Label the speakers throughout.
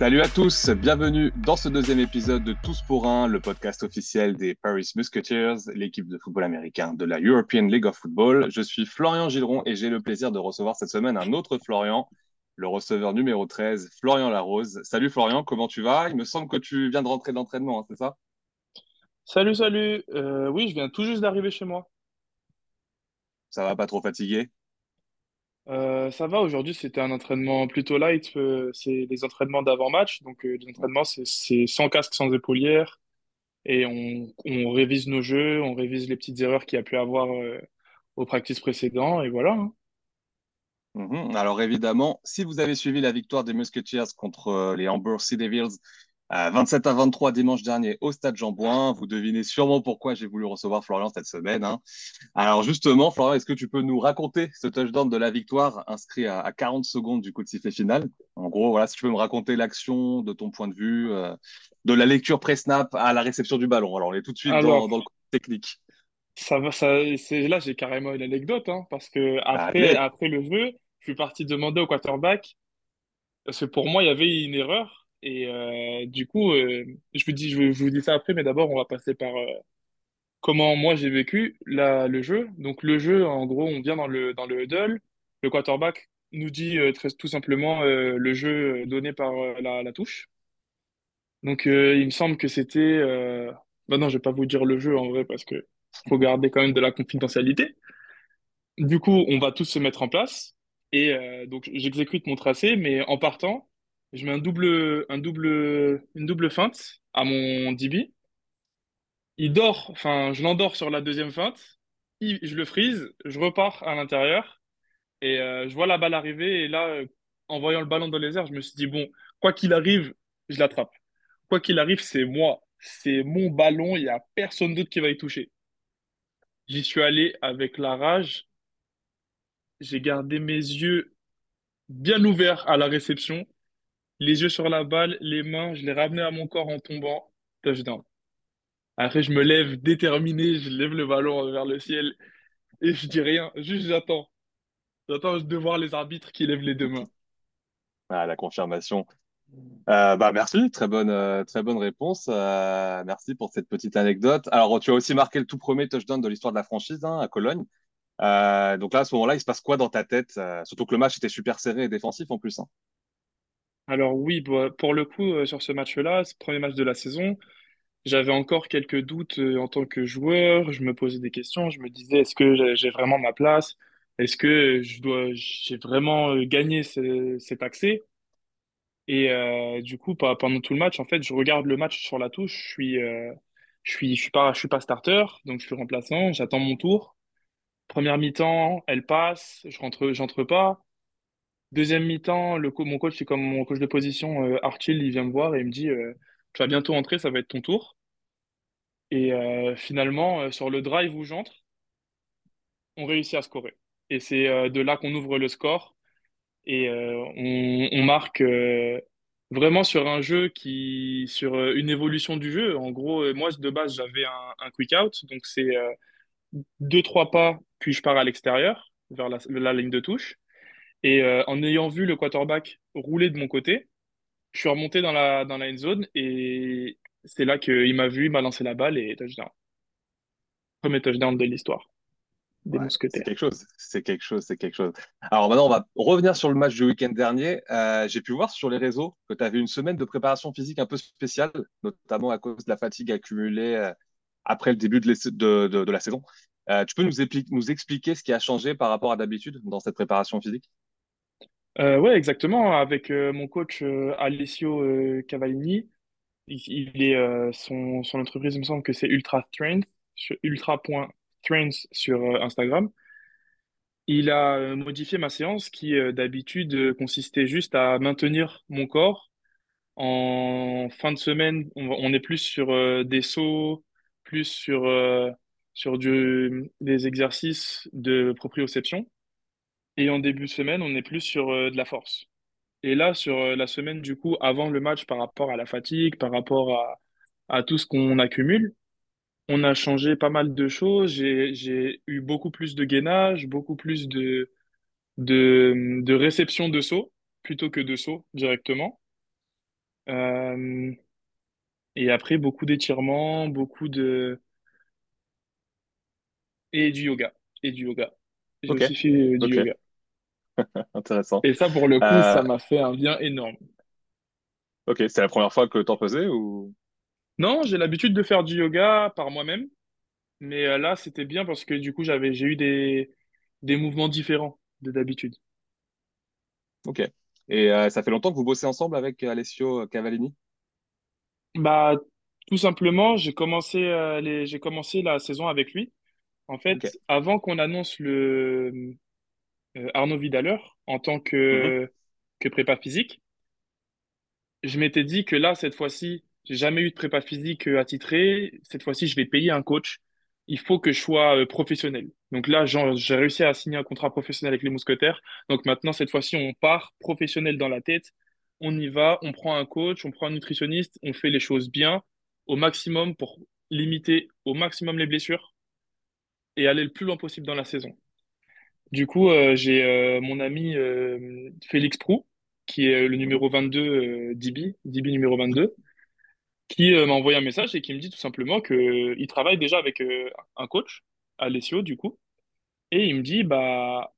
Speaker 1: Salut à tous, bienvenue dans ce deuxième épisode de Tous pour un, le podcast officiel des Paris Musketeers, l'équipe de football américain de la European League of Football. Je suis Florian Gilleron et j'ai le plaisir de recevoir cette semaine un autre Florian, le receveur numéro 13, Florian Larose. Salut Florian, comment tu vas? Il me semble que tu viens de rentrer d'entraînement, hein, c'est ça?
Speaker 2: Salut, salut. Oui, je viens tout juste d'arriver chez moi.
Speaker 1: Ça va, pas trop fatigué?
Speaker 2: Ça va, aujourd'hui, c'était un entraînement plutôt light. C'est les entraînements d'avant-match. Donc, les entraînements, c'est sans casque, sans épaulière. Et on révise nos jeux, on révise les petites erreurs qu'il y a pu avoir aux practices précédents. Et voilà, hein.
Speaker 1: Alors évidemment, si vous avez suivi la victoire des Musketeers contre les Hamburg Sea Devils 27-23 dimanche dernier au Stade Jean-Bouin, vous devinez sûrement pourquoi j'ai voulu recevoir Florian cette semaine, hein. Alors justement, Florian, est-ce que tu peux nous raconter ce touchdown de la victoire inscrit à 40 secondes du coup de sifflet final? En gros, voilà, si tu peux me raconter l'action de ton point de vue, de la lecture pré-snap à la réception du ballon. Alors on est tout de suite dans le
Speaker 2: Alors,
Speaker 1: côté technique.
Speaker 2: ça va, là, j'ai carrément une anecdote, hein, parce que
Speaker 1: Allez.
Speaker 2: après le jeu, je suis parti demander au quarterback, parce que pour moi, il y avait une erreur. Et du coup, je vous dis ça après, mais d'abord, on va passer par comment moi j'ai vécu le jeu. Donc le jeu, en gros, on vient dans le huddle. Le quarterback nous dit tout simplement le jeu donné par la touche. Donc il me semble que c'était... Bah non, je vais pas vous dire le jeu en vrai parce que faut garder quand même de la confidentialité. Du coup, on va tous se mettre en place. Et donc j'exécute mon tracé, mais en partant, je mets une double feinte à mon DB. Il dort, enfin, je l'endors sur la deuxième feinte. Je le freeze, je repars à l'intérieur et je vois la balle arriver. Et là, en voyant le ballon dans les airs, je me suis dit, bon, quoi qu'il arrive, je l'attrape. Quoi qu'il arrive, c'est moi. C'est mon ballon. Il n'y a personne d'autre qui va y toucher. J'y suis allé avec la rage. J'ai gardé mes yeux bien ouverts à la réception, les yeux sur la balle, les mains, je l'ai ramené à mon corps en tombant. Touchdown. Après, je me lève déterminé, je lève le ballon vers le ciel et je dis rien, juste j'attends. J'attends de voir les arbitres qui lèvent les deux mains.
Speaker 1: Ah, la confirmation. Merci, très bonne réponse. Merci pour cette petite anecdote. Alors, tu as aussi marqué le tout premier touchdown de l'histoire de la franchise, hein, à Cologne. Donc là, à ce moment-là, il se passe quoi dans ta tête? Surtout que le match était super serré et défensif en plus, hein.
Speaker 2: Alors oui, bah, pour le coup, sur ce match-là, ce premier match de la saison, j'avais encore quelques doutes en tant que joueur. Je me posais des questions. Je me disais, est-ce que j'ai vraiment ma place? Est-ce que j'ai vraiment gagné cet accès? Et du coup, pendant tout le match, en fait, je regarde le match sur la touche. Je suis pas starter, donc je suis remplaçant. J'attends mon tour. Première mi-temps, elle passe. J'entre pas. Deuxième mi-temps, mon coach, c'est comme mon coach de position, Archil, il vient me voir et il me dit, tu vas bientôt entrer, ça va être ton tour. Et finalement, sur le drive où j'entre, on réussit à scorer. Et c'est de là qu'on ouvre le score et on marque vraiment sur un jeu sur une évolution du jeu. En gros, moi de base j'avais un quick out, donc c'est deux trois pas puis je pars à l'extérieur vers la ligne de touche. Et en ayant vu le quarterback rouler de mon côté, je suis remonté dans la end zone et c'est là qu'il m'a vu, il m'a lancé la balle et touchdown. Premier touchdown de l'histoire des
Speaker 1: Ouais, c'est
Speaker 2: Mousquetaires.
Speaker 1: quelque chose, c'est quelque chose, c'est quelque chose. Alors maintenant, on va revenir sur le match du week-end dernier. J'ai pu voir sur les réseaux que tu avais une semaine de préparation physique un peu spéciale, notamment à cause de la fatigue accumulée après le début de la saison. Tu peux nous expliquer ce qui a changé par rapport à d'habitude dans cette préparation physique?
Speaker 2: Ouais, exactement. Avec mon coach Alessio Cavallini, son entreprise, il me semble que c'est Ultra Strength, ultra.strength sur Instagram. Il a modifié ma séance qui d'habitude consistait juste à maintenir mon corps. En fin de semaine, on est plus sur des sauts, plus sur des exercices de proprioception. Et en début de semaine, on est plus sur de la force. Et là, sur la semaine, du coup, avant le match, par rapport à la fatigue, par rapport à tout ce qu'on accumule, on a changé pas mal de choses. J'ai eu beaucoup plus de gainage, beaucoup plus de réception de saut, plutôt que de saut directement. Euh, et après, beaucoup d'étirements, et du yoga. Et du yoga. J'ai
Speaker 1: Ok,
Speaker 2: aussi fait du
Speaker 1: ok,
Speaker 2: yoga.
Speaker 1: intéressant.
Speaker 2: Et ça, pour le coup,
Speaker 1: Euh,
Speaker 2: ça m'a fait un bien énorme.
Speaker 1: ok, c'est la première fois que t'en faisais ou?
Speaker 2: Non, j'ai l'habitude de faire du yoga par moi-même, mais là, c'était bien parce que du coup, j'ai eu des mouvements différents de d'habitude.
Speaker 1: Ok. Et ça fait longtemps que vous bossez ensemble avec Alessio Cavallini?
Speaker 2: Bah, tout simplement, j'ai commencé la saison avec lui. En
Speaker 1: Ok.
Speaker 2: fait, avant qu'on annonce le Arnaud Vidaleur en tant
Speaker 1: Mhm,
Speaker 2: que prépa physique, je m'étais dit que là, cette fois-ci, j'ai jamais eu de prépa physique attitré. Cette fois-ci, je vais payer un coach. Il faut que je sois professionnel. Donc là, j'ai réussi à signer un contrat professionnel avec les Mousquetaires. Donc maintenant, cette fois-ci, on part professionnel dans la tête. On y va, on prend un coach, on prend un nutritionniste, on fait les choses bien, au maximum pour limiter au maximum les blessures et aller le plus loin possible dans la saison. Du coup, j'ai mon ami Félix Prou, qui est le
Speaker 1: mhm,
Speaker 2: numéro 22 DB numéro
Speaker 1: mhm,
Speaker 2: 22, qui m'a envoyé un message et qui me dit tout simplement que il travaille déjà avec un coach, Alessio, du coup, et il me dit, bah,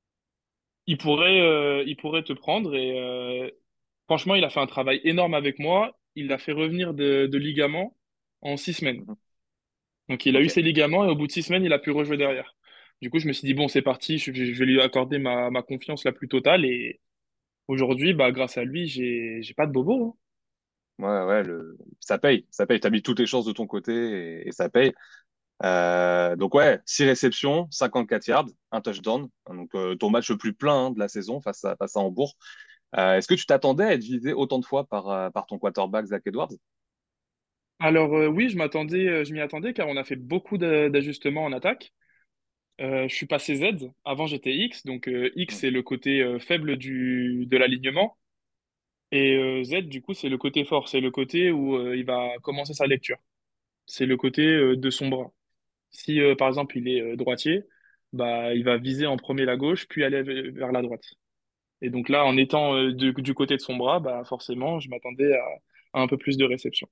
Speaker 2: il pourrait te prendre et franchement, il a fait un travail énorme avec moi. Il l'a fait revenir de ligaments en 6 semaines.
Speaker 1: mhm.
Speaker 2: Donc, il a eu
Speaker 1: Ok.
Speaker 2: ses ligaments et au bout de 6 semaines, il a pu rejouer derrière. Du coup, je me suis dit, bon, c'est parti, je vais lui accorder ma confiance la plus totale et aujourd'hui, bah, grâce à lui, j'ai pas de bobo, hein.
Speaker 1: Ouais, ouais, ça paye, ça paye. T'as mis toutes les chances de ton côté et ça paye. Donc ouais, 6 réceptions, 54 yards, un touchdown. Donc ton match le plus plein, hein, de la saison face à Hambourg. Est-ce que tu t'attendais à être visé autant de fois par ton quarterback Zach Edwards?
Speaker 2: Alors oui, je m'y attendais car on a fait beaucoup d'ajustements en attaque. Je suis passé Z. Avant, j'étais X. Donc X,
Speaker 1: Mhm.
Speaker 2: c'est le côté faible de l'alignement. Et Z, du coup, c'est le côté fort. C'est le côté où il va commencer sa lecture. C'est le côté de son bras. Si, par exemple, il est droitier, bah, il va viser en premier la gauche, puis aller vers la droite. Et donc là, en étant du côté de son bras, bah, forcément, je m'attendais à un peu plus de réception.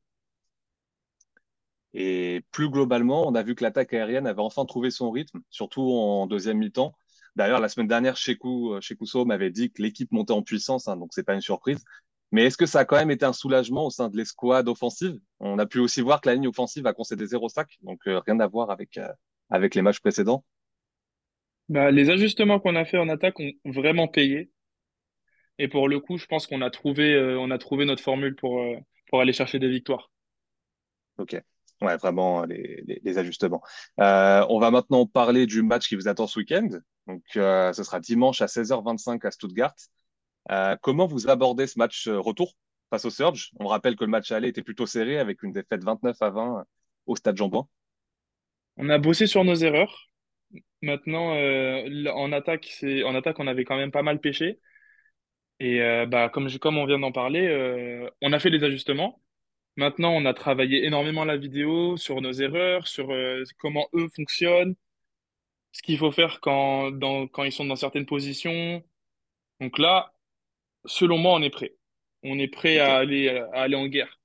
Speaker 1: Et plus globalement, on a vu que l'attaque aérienne avait enfin trouvé son rythme, surtout en deuxième mi-temps. D'ailleurs, la semaine dernière, Shekou Sow m'avait dit que l'équipe montait en puissance, hein, donc c'est pas une surprise. Mais est-ce que ça a quand même été un soulagement au sein de l'escouade offensive? On a pu aussi voir que la ligne offensive a concédé 0 sac, donc rien à voir avec les matchs précédents.
Speaker 2: Bah, les ajustements qu'on a fait en attaque ont vraiment payé. Et pour le coup, je pense on a trouvé notre formule pour aller chercher des victoires.
Speaker 1: Ok. Ouais, vraiment, les ajustements. On va maintenant parler du match qui vous attend ce week-end. Donc, ce sera dimanche à 16h25 à Stuttgart. Comment vous abordez ce match retour face au Surge? On rappelle que le match aller était plutôt serré avec une défaite 29-20 au Stade Jean-Bouin.
Speaker 2: On a bossé sur nos erreurs. Maintenant, en attaque, on avait quand même pas mal pêché. Et bah, comme on vient d'en parler, on a fait des ajustements. Maintenant, on a travaillé énormément la vidéo sur nos erreurs, sur comment eux fonctionnent, ce qu'il faut faire quand ils sont dans certaines positions. Donc là, selon moi, on est prêt. On est prêt
Speaker 1: Ok.
Speaker 2: à aller en guerre.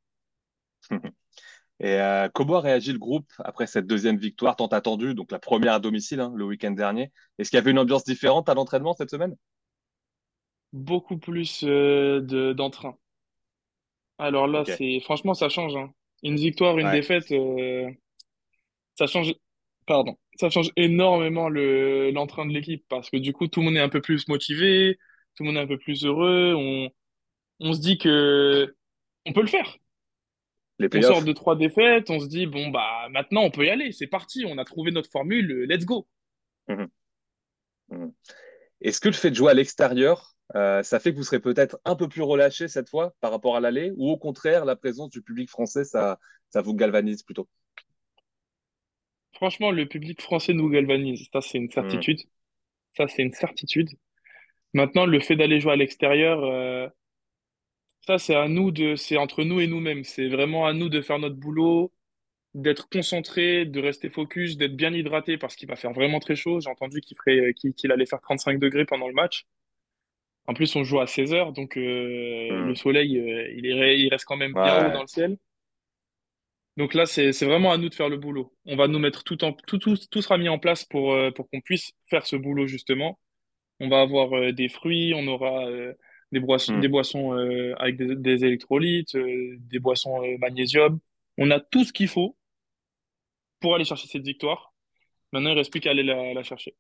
Speaker 1: Et comment a réagi le groupe après cette deuxième victoire tant attendue, donc la première à domicile, hein, le week-end dernier? Est-ce qu'il y avait une ambiance différente à l'entraînement cette semaine?
Speaker 2: Beaucoup plus d'entrain. Alors là,
Speaker 1: Ok.
Speaker 2: c'est franchement, ça change, hein. Une victoire, une
Speaker 1: Ouais.
Speaker 2: défaite, ça change. Pardon, ça change énormément l'entrain de l'équipe parce que du coup, tout le monde est un peu plus motivé, tout le monde est un peu plus heureux. On se dit que on peut le faire.
Speaker 1: Les
Speaker 2: On sort
Speaker 1: playoffs.
Speaker 2: de 3 défaites, on se dit bon bah maintenant on peut y aller, c'est parti, on a trouvé notre formule, let's go.
Speaker 1: Mhm. Mhm. Est-ce que le fait de jouer à l'extérieur, ça fait que vous serez peut-être un peu plus relâché cette fois par rapport à l'aller, ou au contraire, la présence du public français, ça vous galvanise plutôt?
Speaker 2: Franchement, le public français nous galvanise, ça c'est une
Speaker 1: Mhm.
Speaker 2: certitude. Ça c'est une certitude. Maintenant, le fait d'aller jouer à l'extérieur, ça c'est entre nous et nous-mêmes. C'est vraiment à nous de faire notre boulot, d'être concentré, de rester focus, d'être bien hydraté parce qu'il va faire vraiment très chaud. J'ai entendu qu'il allait faire 35 degrés pendant le match. En plus, on joue à 16 heures, donc le
Speaker 1: Hmm.
Speaker 2: soleil, il reste quand même bien haut dans
Speaker 1: Ouais.
Speaker 2: le ciel. Donc là, c'est vraiment à nous de faire le boulot. On va nous mettre tout sera mis en place pour qu'on puisse faire ce boulot justement. On va avoir des fruits, on aura
Speaker 1: Hmm.
Speaker 2: des boissons avec des électrolytes, des boissons magnésium. On a tout ce qu'il faut pour aller chercher cette victoire. Maintenant, il reste plus qu'à aller la chercher.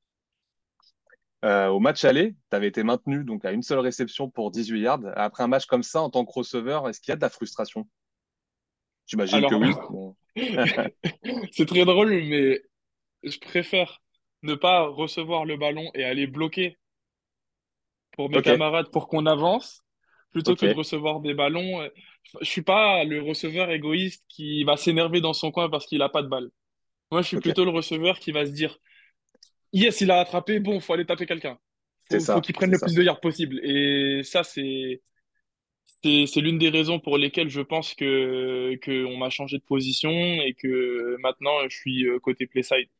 Speaker 1: Au match aller, tu avais été maintenu donc à une seule réception pour 18 yards. Après un match comme ça, en tant que receveur, est-ce qu'il y a de la frustration? J'imagine que
Speaker 2: Alors,
Speaker 1: oui. Bon.
Speaker 2: c'est très drôle, mais je préfère ne pas recevoir le ballon et aller bloquer pour mes
Speaker 1: Ok,
Speaker 2: camarades pour qu'on avance, plutôt que de
Speaker 1: ok,
Speaker 2: recevoir des ballons. Je suis pas le receveur égoïste qui va s'énerver dans son coin parce qu'il a pas de balle. Moi, je suis
Speaker 1: ok.
Speaker 2: plutôt le receveur qui va se dire, yes, il a rattrapé, bon, faut aller taper quelqu'un.
Speaker 1: C'est
Speaker 2: Faut
Speaker 1: ça,
Speaker 2: qu'il prenne
Speaker 1: c'est
Speaker 2: le
Speaker 1: ça.
Speaker 2: plus de yards possible. Et ça, c'est l'une des raisons pour lesquelles je pense que on m'a changé de position et que maintenant je suis côté play side.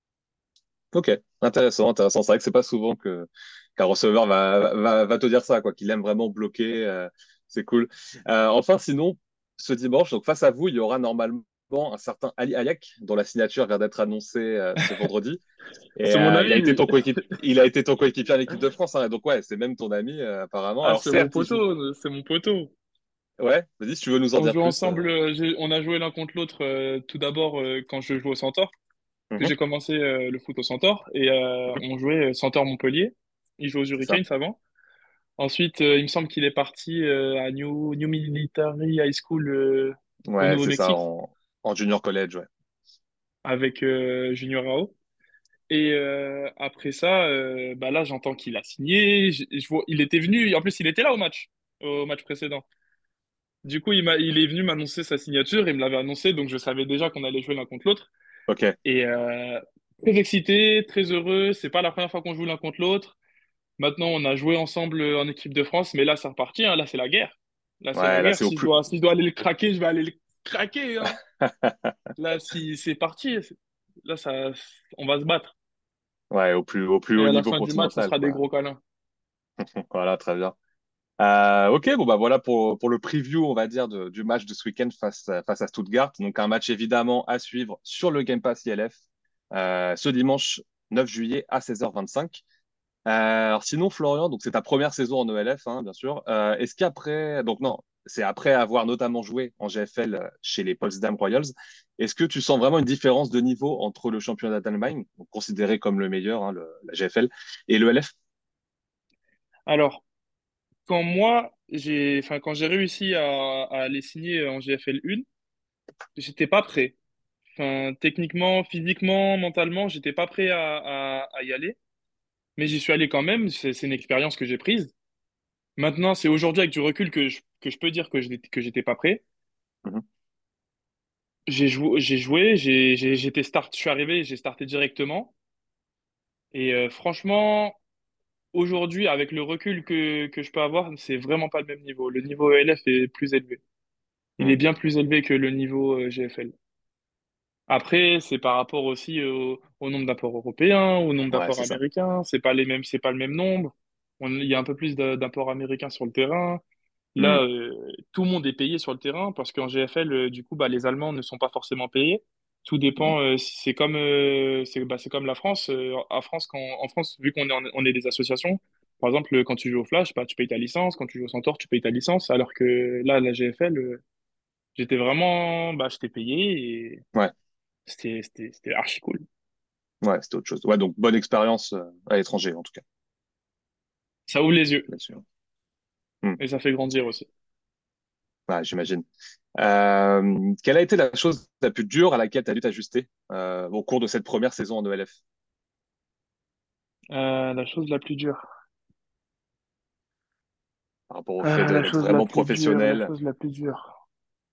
Speaker 1: Ok, intéressant, intéressant. C'est vrai que c'est pas souvent que qu'un receveur va te dire ça, quoi, qu'il aime vraiment bloquer. C'est cool. Enfin, sinon, ce dimanche, donc face à vous, il y aura normalement un certain Ali Hayek, dont la signature vient d'être annoncée ce vendredi. Et
Speaker 2: C'est mon ami,
Speaker 1: il a été
Speaker 2: lui.
Speaker 1: ton il a été ton coéquipier à l'équipe de France, hein. Donc ouais, c'est même ton ami apparemment.
Speaker 2: Ah,
Speaker 1: Alors
Speaker 2: c'est mon
Speaker 1: certes, il joue.
Speaker 2: poteau, c'est mon poteau.
Speaker 1: Ouais, vas-y, si tu veux nous en
Speaker 2: On
Speaker 1: dire
Speaker 2: joue
Speaker 1: plus.
Speaker 2: ensemble, on a joué l'un contre l'autre tout d'abord quand je jouais au Centaure, que
Speaker 1: Mhm,
Speaker 2: j'ai commencé le foot au Centaure, et
Speaker 1: mhm,
Speaker 2: on jouait Centaure Montpellier. Il joue aux
Speaker 1: c'est ça.
Speaker 2: Hurricanes avant. Ensuite, il me semble qu'il est parti à New Military High School au
Speaker 1: Ouais, c'est ça
Speaker 2: Nouveau-Mexique
Speaker 1: en junior college, ouais.
Speaker 2: avec Junior Ao. Et après ça, bah là, j'entends qu'il a signé. Je vois, il était venu, en plus, il était là au match précédent. Du coup, il est venu m'annoncer sa signature, il me l'avait annoncé, donc je savais déjà qu'on allait jouer l'un contre l'autre.
Speaker 1: Ok.
Speaker 2: Et très excité, très heureux. C'est pas la première fois qu'on joue l'un contre l'autre. Maintenant, on a joué ensemble en équipe de France, mais là, c'est reparti, hein. Là, c'est la guerre. Là, c'est la
Speaker 1: Ouais, là
Speaker 2: guerre.
Speaker 1: c'est au plus.
Speaker 2: Si je dois aller le craquer, je vais aller le craquer, hein. Là, si c'est parti, là, on va se battre.
Speaker 1: Ouais, au plus
Speaker 2: Et
Speaker 1: haut
Speaker 2: à la
Speaker 1: niveau
Speaker 2: fin du match, ce
Speaker 1: continental,
Speaker 2: sera des
Speaker 1: quoi.
Speaker 2: gros câlins.
Speaker 1: Voilà, très bien. Ok, bon bah voilà pour le preview, on va dire, du match de ce week-end face à Stuttgart. Donc un match évidemment à suivre sur le Game Pass ILF ce dimanche 9 juillet à 16h25. Alors sinon, Florian, donc c'est ta première saison en ELF, hein, bien sûr. Est-ce qu'après, donc non, c'est après avoir notamment joué en GFL chez les Potsdam Royals, est-ce que tu sens vraiment une différence de niveau entre le championnat d'Allemagne, donc considéré comme le meilleur, hein, la GFL, et l'ELF?
Speaker 2: Alors, quand j'ai réussi à aller signer en GFL 1, j'étais pas prêt. Enfin, techniquement, physiquement, mentalement, j'étais pas prêt à y aller. Mais j'y suis allé quand même. C'est une expérience que j'ai prise. Maintenant, c'est aujourd'hui avec du recul que je peux dire que j'étais pas prêt.
Speaker 1: Mhm.
Speaker 2: J'étais start, je suis arrivé, j'ai starté directement. Et franchement, aujourd'hui, avec le recul que je peux avoir, c'est vraiment pas le même niveau. Le niveau ELF est plus élevé. Il est
Speaker 1: Mhm.
Speaker 2: bien plus élevé que le niveau GFL. Après, c'est par rapport aussi au nombre d'apports européens, au nombre
Speaker 1: Ouais,
Speaker 2: d'apports
Speaker 1: c'est ça.
Speaker 2: américains. C'est pas le même nombre. Il y a un peu plus d'apports américains sur le terrain. Là,
Speaker 1: Mhm.
Speaker 2: tout le monde est payé sur le terrain parce qu'en GFL, du coup, bah, les Allemands ne sont pas forcément payés. Tout
Speaker 1: Mhm.
Speaker 2: dépend. C'est comme la France. En France, vu on est des associations, par exemple, quand tu joues au Flash, bah, tu payes ta licence. Quand tu joues au Centaure, tu payes ta licence. Alors que là, la GFL, j'étais payé et
Speaker 1: Ouais,
Speaker 2: c'était archi cool.
Speaker 1: ouais, c'était autre chose. Ouais, donc bonne expérience à l'étranger en tout cas,
Speaker 2: Ça ouvre les yeux
Speaker 1: bien sûr. Mhm.
Speaker 2: et ça fait grandir aussi.
Speaker 1: Ouais, j'imagine. Quelle a été la chose la plus dure à laquelle tu as dû t'ajuster au cours de cette première saison en ELF
Speaker 2: La chose la plus dure.
Speaker 1: par rapport au fait d'être
Speaker 2: La
Speaker 1: vraiment
Speaker 2: plus dure, la
Speaker 1: professionnel?
Speaker 2: chose la plus dure.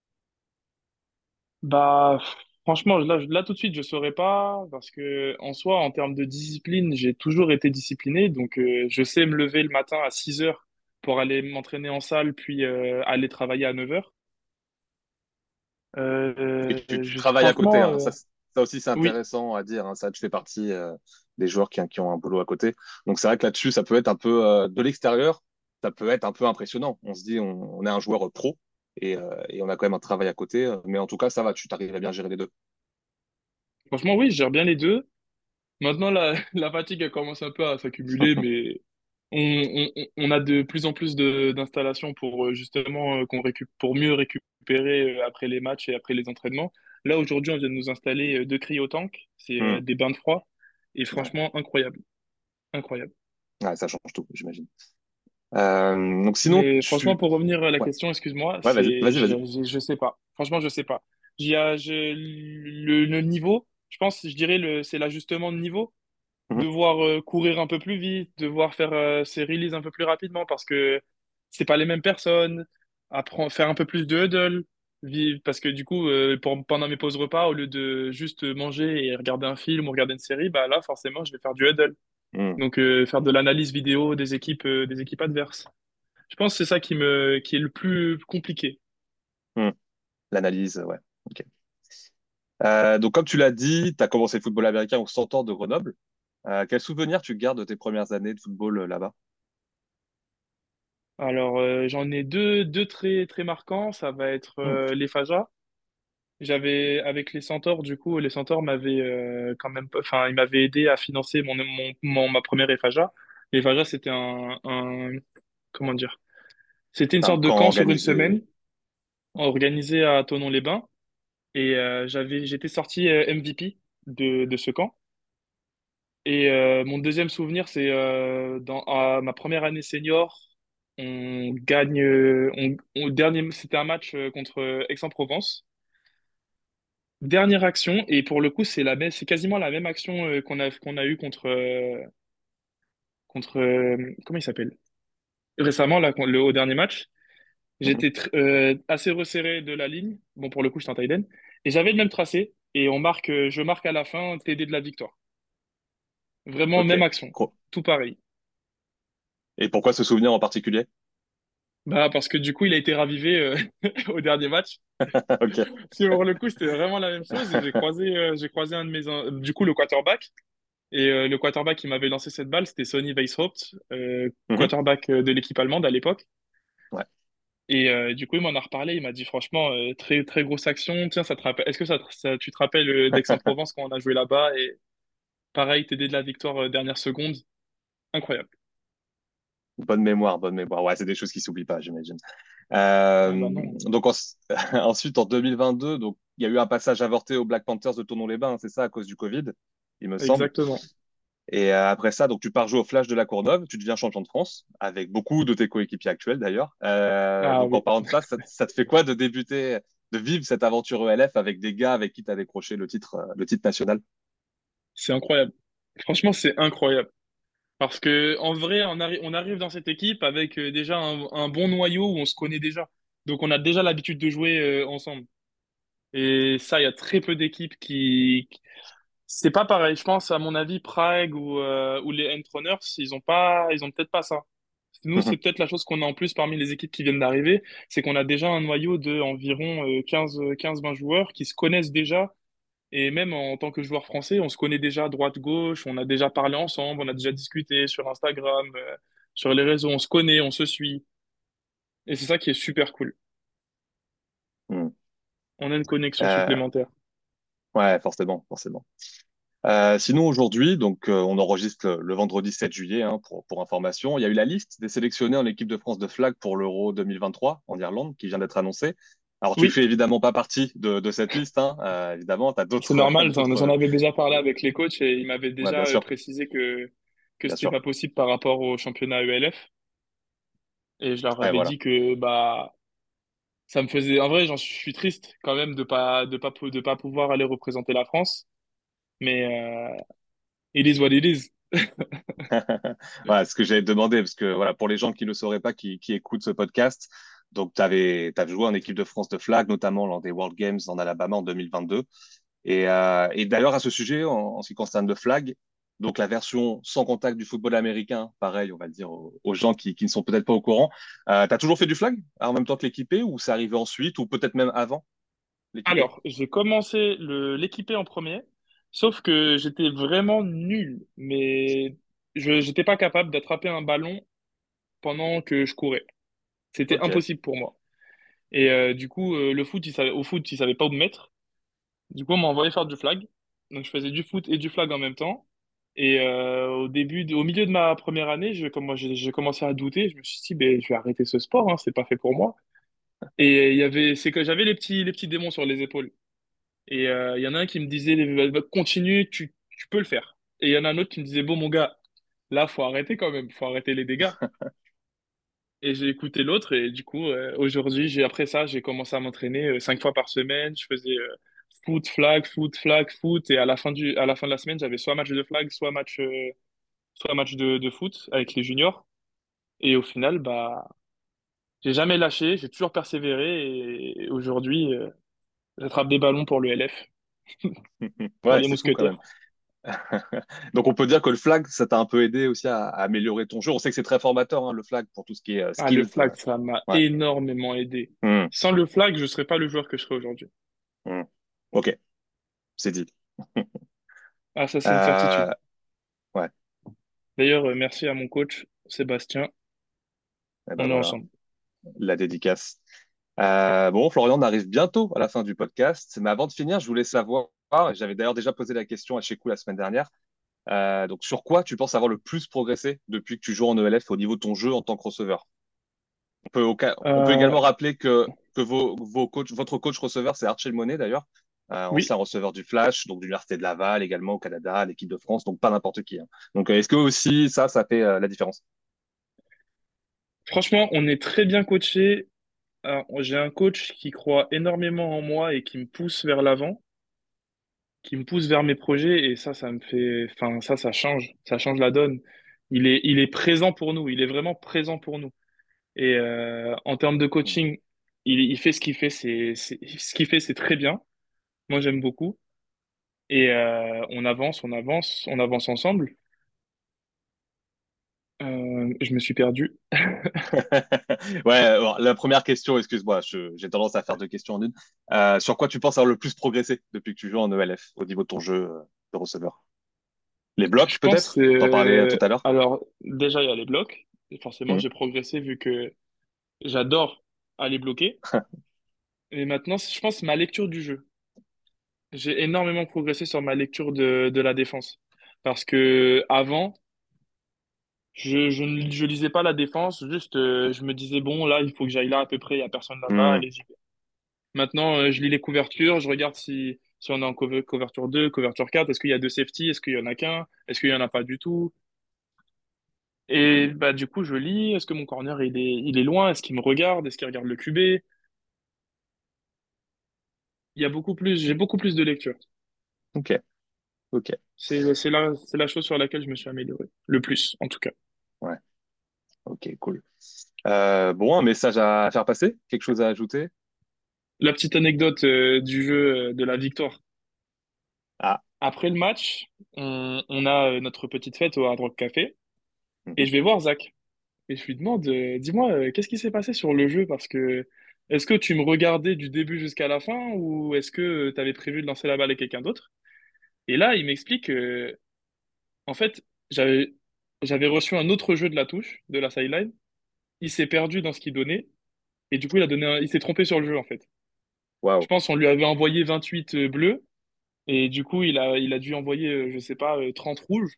Speaker 2: Bah, franchement, là, tout de suite, je saurais pas, parce que, en soi, en termes de discipline, j'ai toujours été discipliné, donc, je sais me lever le matin à 6 heures pour aller m'entraîner en salle, puis, aller travailler à 9 heures.
Speaker 1: Et tu travailles à côté,
Speaker 2: Franchement,
Speaker 1: hein. Ça aussi, c'est
Speaker 2: Oui,
Speaker 1: intéressant à dire, hein. Ça, tu fais partie des joueurs qui ont un boulot à côté. Donc, c'est vrai que là-dessus, ça peut être un peu de l'extérieur, ça peut être un peu impressionnant. On se dit, on est un joueur pro et on a quand même un travail à côté. Mais en tout cas, ça va, tu t'arrives à bien gérer les deux.
Speaker 2: franchement, oui, je gère bien les deux. Maintenant, la fatigue, elle commence un peu à s'accumuler, mais on a de plus en plus d'installations pour justement pour mieux récupérer après les matchs et après les entraînements. Là, aujourd'hui, on vient de nous installer deux cryotanks, c'est
Speaker 1: Hmm.
Speaker 2: des bains de froid, et
Speaker 1: Ouais.
Speaker 2: franchement, incroyable, incroyable.
Speaker 1: Ouais, ça change tout, j'imagine. Donc, sinon,
Speaker 2: Mais franchement, pour revenir à la
Speaker 1: Ouais,
Speaker 2: question, excuse-moi,
Speaker 1: ouais, vas-y, vas-y, vas-y.
Speaker 2: je sais pas. Franchement, je sais pas. Le niveau, je pense, je dirais c'est l'ajustement de niveau.
Speaker 1: Mhm.
Speaker 2: Devoir courir un peu plus vite, devoir faire ses releases un peu plus rapidement parce que c'est pas les mêmes personnes, apprendre, faire un peu plus de huddle, parce que du coup, pendant mes pauses repas, au lieu de juste manger et regarder un film ou regarder une série, bah là, forcément, je vais faire du huddle.
Speaker 1: Hmm.
Speaker 2: Donc, faire de l'analyse vidéo des équipes adverses. Je pense que c'est ça qui est le plus compliqué.
Speaker 1: Hmm. L'analyse, ouais. Ok. Donc, comme tu l'as dit, tu as commencé le football américain au Centaure de Grenoble. Quel souvenir tu gardes de tes premières années de football là-bas?
Speaker 2: Alors, j'en ai deux très, très marquants. Ça va être
Speaker 1: Hmm.
Speaker 2: les Fajas. J'avais avec les Centaures, du coup, les Centaures m'avaient quand même, enfin, ils m'avaient aidé à financer ma première EFAJA. L'EFAJA, c'était comment dire? C'était une
Speaker 1: C'est un
Speaker 2: sorte de
Speaker 1: camp
Speaker 2: camp sur une
Speaker 1: organisé.
Speaker 2: semaine, organisé à Thonon-les-Bains, et j'étais sorti MVP de ce camp. Et mon deuxième souvenir, c'est à ma première année senior, on gagne, c'était un match contre Aix-en-Provence. Dernière action, et pour le coup, c'est quasiment la même action qu'on a eu contre comment il s'appelle? Récemment, là, au dernier match.
Speaker 1: Mhm.
Speaker 2: J'étais assez resserré de la ligne. Bon, pour le coup, j'étais en tight end. Et j'avais le même tracé. Et je marque à la fin, TD de la victoire. Vraiment,
Speaker 1: Ok.
Speaker 2: même action.
Speaker 1: Cool.
Speaker 2: Tout pareil.
Speaker 1: Et pourquoi ce souvenir en particulier?
Speaker 2: Bah, parce que du coup, il a été ravivé au dernier match.
Speaker 1: Ok.
Speaker 2: Parce que pour le coup, c'était vraiment la même chose. Et j'ai croisé du coup, le quarterback. Et le quarterback qui m'avait lancé cette balle, c'était Sonny Weishaupt,
Speaker 1: Mhm.
Speaker 2: quarterback de l'équipe allemande à l'époque.
Speaker 1: Ouais.
Speaker 2: Et du coup, il m'en a reparlé. Il m'a dit, franchement, très, très grosse action. Tiens, est-ce que tu te rappelles d'Aix-en-Provence quand on a joué là-bas? Et pareil, t'aider de la victoire dernière seconde. Incroyable.
Speaker 1: Bonne mémoire, bonne mémoire. Ouais, c'est des choses qui s'oublient pas, j'imagine.
Speaker 2: Ah bah non.
Speaker 1: Donc ensuite, en 2022, donc il y a eu un passage avorté aux Black Panthers de Tournon-les-Bains, hein, c'est ça, à cause du Covid, il me semble.
Speaker 2: Exactement.
Speaker 1: Et après ça, donc tu pars jouer au Flash de la Courneuve, tu deviens champion de France, avec beaucoup de tes coéquipiers actuels d'ailleurs.
Speaker 2: Ah
Speaker 1: Donc en
Speaker 2: oui.
Speaker 1: parlant de ça, ça te fait quoi de débuter, de vivre cette aventure ELF avec des gars avec qui tu as décroché le titre national?
Speaker 2: C'est incroyable. Franchement, c'est incroyable. Parce que en vrai, on arrive dans cette équipe avec déjà un bon noyau où on se connaît déjà. Donc on a déjà l'habitude de jouer ensemble. Et ça, il y a très peu d'équipes c'est pas pareil. Je pense, à mon avis, Prague ou les Endrunners, ils ont peut-être pas ça. Nous, c'est peut-être la chose qu'on a en plus parmi les équipes qui viennent d'arriver, c'est qu'on a déjà un noyau de environ 15-20 joueurs qui se connaissent déjà. Et même en tant que joueur français, on se connaît déjà droite-gauche, on a déjà parlé ensemble, on a déjà discuté sur Instagram, sur les réseaux, on se connaît, on se suit. Et c'est ça qui est super cool.
Speaker 1: Hmm.
Speaker 2: On a une connexion
Speaker 1: Euh,
Speaker 2: supplémentaire.
Speaker 1: ouais, forcément, forcément. Sinon, aujourd'hui, donc on enregistre le vendredi 7 juillet, hein, pour information. Il y a eu la liste des sélectionnés en équipe de France de flag pour l'Euro 2023 en Irlande qui vient d'être annoncée. Alors, tu
Speaker 2: Oui,
Speaker 1: fais évidemment pas partie de cette liste, hein, évidemment, tu as
Speaker 2: c'est
Speaker 1: d'autres,
Speaker 2: normal, j'en
Speaker 1: d'autres.
Speaker 2: avais déjà parlé avec les coachs et ils m'avaient
Speaker 1: Ouais, bien
Speaker 2: déjà
Speaker 1: sûr,
Speaker 2: précisé que
Speaker 1: bien
Speaker 2: c'était
Speaker 1: sûr.
Speaker 2: pas possible par rapport au championnat ELF. Et je leur
Speaker 1: Ouais,
Speaker 2: avais
Speaker 1: voilà.
Speaker 2: dit que bah ça me faisait. En vrai, j'en suis triste quand même de pas pouvoir aller représenter la France. Mais it is what it is.
Speaker 1: Voilà, ce que j'avais demandé, parce que voilà, pour les gens qui ne le sauraient pas, qui écoutent ce podcast, donc t'avais joué en équipe de France de flag, notamment lors des World Games en Alabama en 2022. Et d'ailleurs, à ce sujet, en ce qui concerne le flag, donc la version sans contact du football américain, pareil, on va le dire aux gens qui ne sont peut-être pas au courant. Tu as toujours fait du flag en même temps que l'équipé, ou c'est arrivé ensuite, ou peut-être même avant? l'équiper?
Speaker 2: Alors, j'ai commencé l'équiper en premier, sauf que j'étais vraiment nul, mais je j'étais pas capable d'attraper un ballon pendant que je courais. C'était
Speaker 1: Ok.
Speaker 2: impossible pour moi. Et du coup, au foot, il savait pas où me mettre. Du coup, on m'a envoyé faire du flag. Donc, je faisais du foot et du flag en même temps. Et au milieu de ma première année, j'ai commencé à douter. Je me suis dit, ben, je vais arrêter ce sport, hein, c'est pas fait pour moi. Et c'est que j'avais les petits démons sur les épaules. Et il y en a un qui me disait, continue, tu peux le faire. Et il y en a un autre qui me disait, bon, mon gars, là, faut arrêter quand même, faut arrêter les dégâts. Et j'ai écouté l'autre et du coup, aujourd'hui, après ça, j'ai commencé à m'entraîner 5 fois par semaine. Je faisais foot, flag, foot, flag, foot. Et à la fin de la semaine, j'avais soit match de flag, soit match de foot avec les juniors. Et au final, bah, j'ai jamais lâché, j'ai toujours persévéré. Et aujourd'hui, j'attrape des ballons pour le LF, pour
Speaker 1: Ouais,
Speaker 2: les
Speaker 1: c'est fou quand même.
Speaker 2: mousquetaires.
Speaker 1: Donc on peut dire que le flag, ça t'a un peu aidé aussi à améliorer ton jeu. On sait que c'est très formateur, hein, le flag, pour tout ce qui est
Speaker 2: Ah, le
Speaker 1: skills.
Speaker 2: flag, ça m'a
Speaker 1: Ouais.
Speaker 2: énormément aidé.
Speaker 1: Hmm,
Speaker 2: Sans le flag, je serais pas le joueur que je serais aujourd'hui.
Speaker 1: hmm. Ok, c'est dit.
Speaker 2: Ah, ça, c'est une
Speaker 1: Euh,
Speaker 2: certitude.
Speaker 1: ouais,
Speaker 2: D'ailleurs, merci à mon coach, Sébastien.
Speaker 1: et ben
Speaker 2: On est
Speaker 1: voilà,
Speaker 2: ensemble.
Speaker 1: la dédicace. Bon, Florian, on arrive bientôt à la fin du podcast, mais avant de finir, je voulais savoir, j'avais d'ailleurs déjà posé la question à Chekou la semaine dernière, donc sur quoi tu penses avoir le plus progressé depuis que tu joues en ELF au niveau de ton jeu en tant que receveur? On peut
Speaker 2: Euh,
Speaker 1: également rappeler que votre coach receveur, c'est Archel Monet d'ailleurs, ancien
Speaker 2: oui,
Speaker 1: receveur du Flash, donc de l'Université de Laval, également au Canada, à l'équipe de France, donc pas n'importe qui, hein. Donc est-ce que aussi ça fait la différence?
Speaker 2: franchement, on est très bien coaché. J'ai un coach qui croit énormément en moi et qui me pousse vers l'avant, qui me pousse vers mes projets. Et ça me fait, enfin, ça change la donne. Il est présent pour nous. Il est vraiment présent pour nous. Et en termes de
Speaker 1: Hmm.
Speaker 2: coaching, il fait ce qu'il fait. Ce qu'il fait, c'est très bien. Moi, j'aime beaucoup. Et on avance ensemble. Je me suis perdu.
Speaker 1: Ouais, alors, la première question, excuse-moi, j'ai tendance à faire deux questions en une. Sur quoi tu penses avoir le plus progressé depuis que tu joues en ELF au niveau de ton jeu de receveur? Les blocs,
Speaker 2: Je pense,
Speaker 1: peut-être? T'en parlais tout à l'heure.
Speaker 2: alors, déjà, il y a les blocs. Et forcément,
Speaker 1: Hmm.
Speaker 2: j'ai progressé vu que j'adore aller bloquer. Et maintenant, je pense ma lecture du jeu. J'ai énormément progressé sur ma lecture de la défense. Parce que avant, je lisais pas la défense, juste je me disais, bon, là, il faut que j'aille là à peu près, il n'y a personne là-bas,
Speaker 1: Hmm.
Speaker 2: allez, j'y vais. Maintenant, je lis les couvertures, je regarde si on est en couverture 2, couverture 4, est-ce qu'il y a deux safety, est-ce qu'il y en a qu'un, est-ce qu'il y en a pas du tout. Et bah, du coup, je lis, est-ce que mon corner, il est loin, est-ce qu'il me regarde, est-ce qu'il regarde le QB? J'ai beaucoup plus de lecture.
Speaker 1: Ok, ok,
Speaker 2: C'est la chose sur laquelle je me suis amélioré. Le plus, en tout cas.
Speaker 1: ouais, ok, cool. Bon, un message à faire passer? Quelque chose à ajouter?
Speaker 2: La petite anecdote du jeu de la victoire.
Speaker 1: Ah,
Speaker 2: Après le match, on a notre petite fête au Hard Rock Café et
Speaker 1: mhm.
Speaker 2: je vais voir Zach. Et je lui demande, dis-moi, qu'est-ce qui s'est passé sur le jeu? Parce que est-ce que tu me regardais du début jusqu'à la fin ou est-ce que tu avais prévu de lancer la balle à quelqu'un d'autre? Et là, il m'explique que, en fait, j'avais, j'avais reçu un autre jeu de la touche, de la sideline. Il s'est perdu dans ce qu'il donnait et du coup, il s'est trompé sur le jeu, en fait. Je
Speaker 1: Waouh.
Speaker 2: pense qu'on lui avait envoyé 28 bleus et du coup, il a dû envoyer, je sais pas, 30 rouges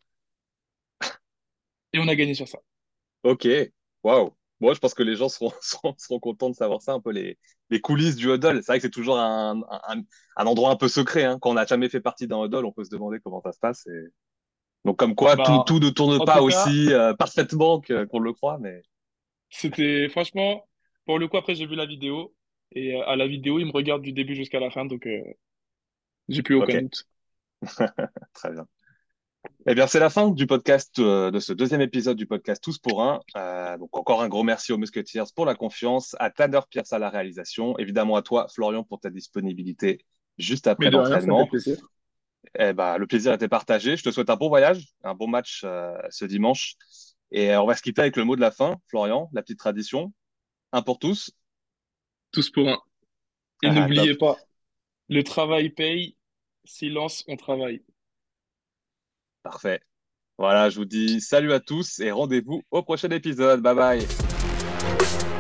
Speaker 2: et on a gagné sur ça.
Speaker 1: Ok, waouh. Moi, je pense que les gens seront contents de savoir ça, un peu les coulisses du huddle. C'est vrai que c'est toujours un endroit un peu secret, hein. Quand on n'a jamais fait partie d'un huddle, on peut se demander comment ça se passe. Donc, comme quoi,
Speaker 2: Bah,
Speaker 1: tout ne tourne
Speaker 2: en
Speaker 1: pas
Speaker 2: tout cas,
Speaker 1: aussi parfaitement qu'on le croit, mais
Speaker 2: c'était franchement, pour le coup, après, j'ai vu la vidéo et à la vidéo, il me regarde du début jusqu'à la fin, donc j'ai plus aucun
Speaker 1: ok,
Speaker 2: doute.
Speaker 1: très bien. Eh bien, c'est la fin du podcast, de ce deuxième épisode du podcast Tous pour un. Donc, encore un gros merci aux Musketeers pour la confiance, à Tanner Pierce à la réalisation, évidemment à toi, Florian, pour ta disponibilité juste
Speaker 2: Mais
Speaker 1: après
Speaker 2: de rien, ça me fait
Speaker 1: l'entraînement.
Speaker 2: plaisir.
Speaker 1: Eh ben, le plaisir était partagé. Je te souhaite un bon voyage, un bon match ce dimanche. Et on va se quitter avec le mot de la fin, Florian, la petite tradition. Un pour tous.
Speaker 2: Tous pour un. Et
Speaker 1: Ah,
Speaker 2: n'oubliez
Speaker 1: top.
Speaker 2: pas, Le travail paye, silence, on travaille.
Speaker 1: Parfait. Voilà, je vous dis salut à tous et rendez-vous au prochain épisode. Bye bye.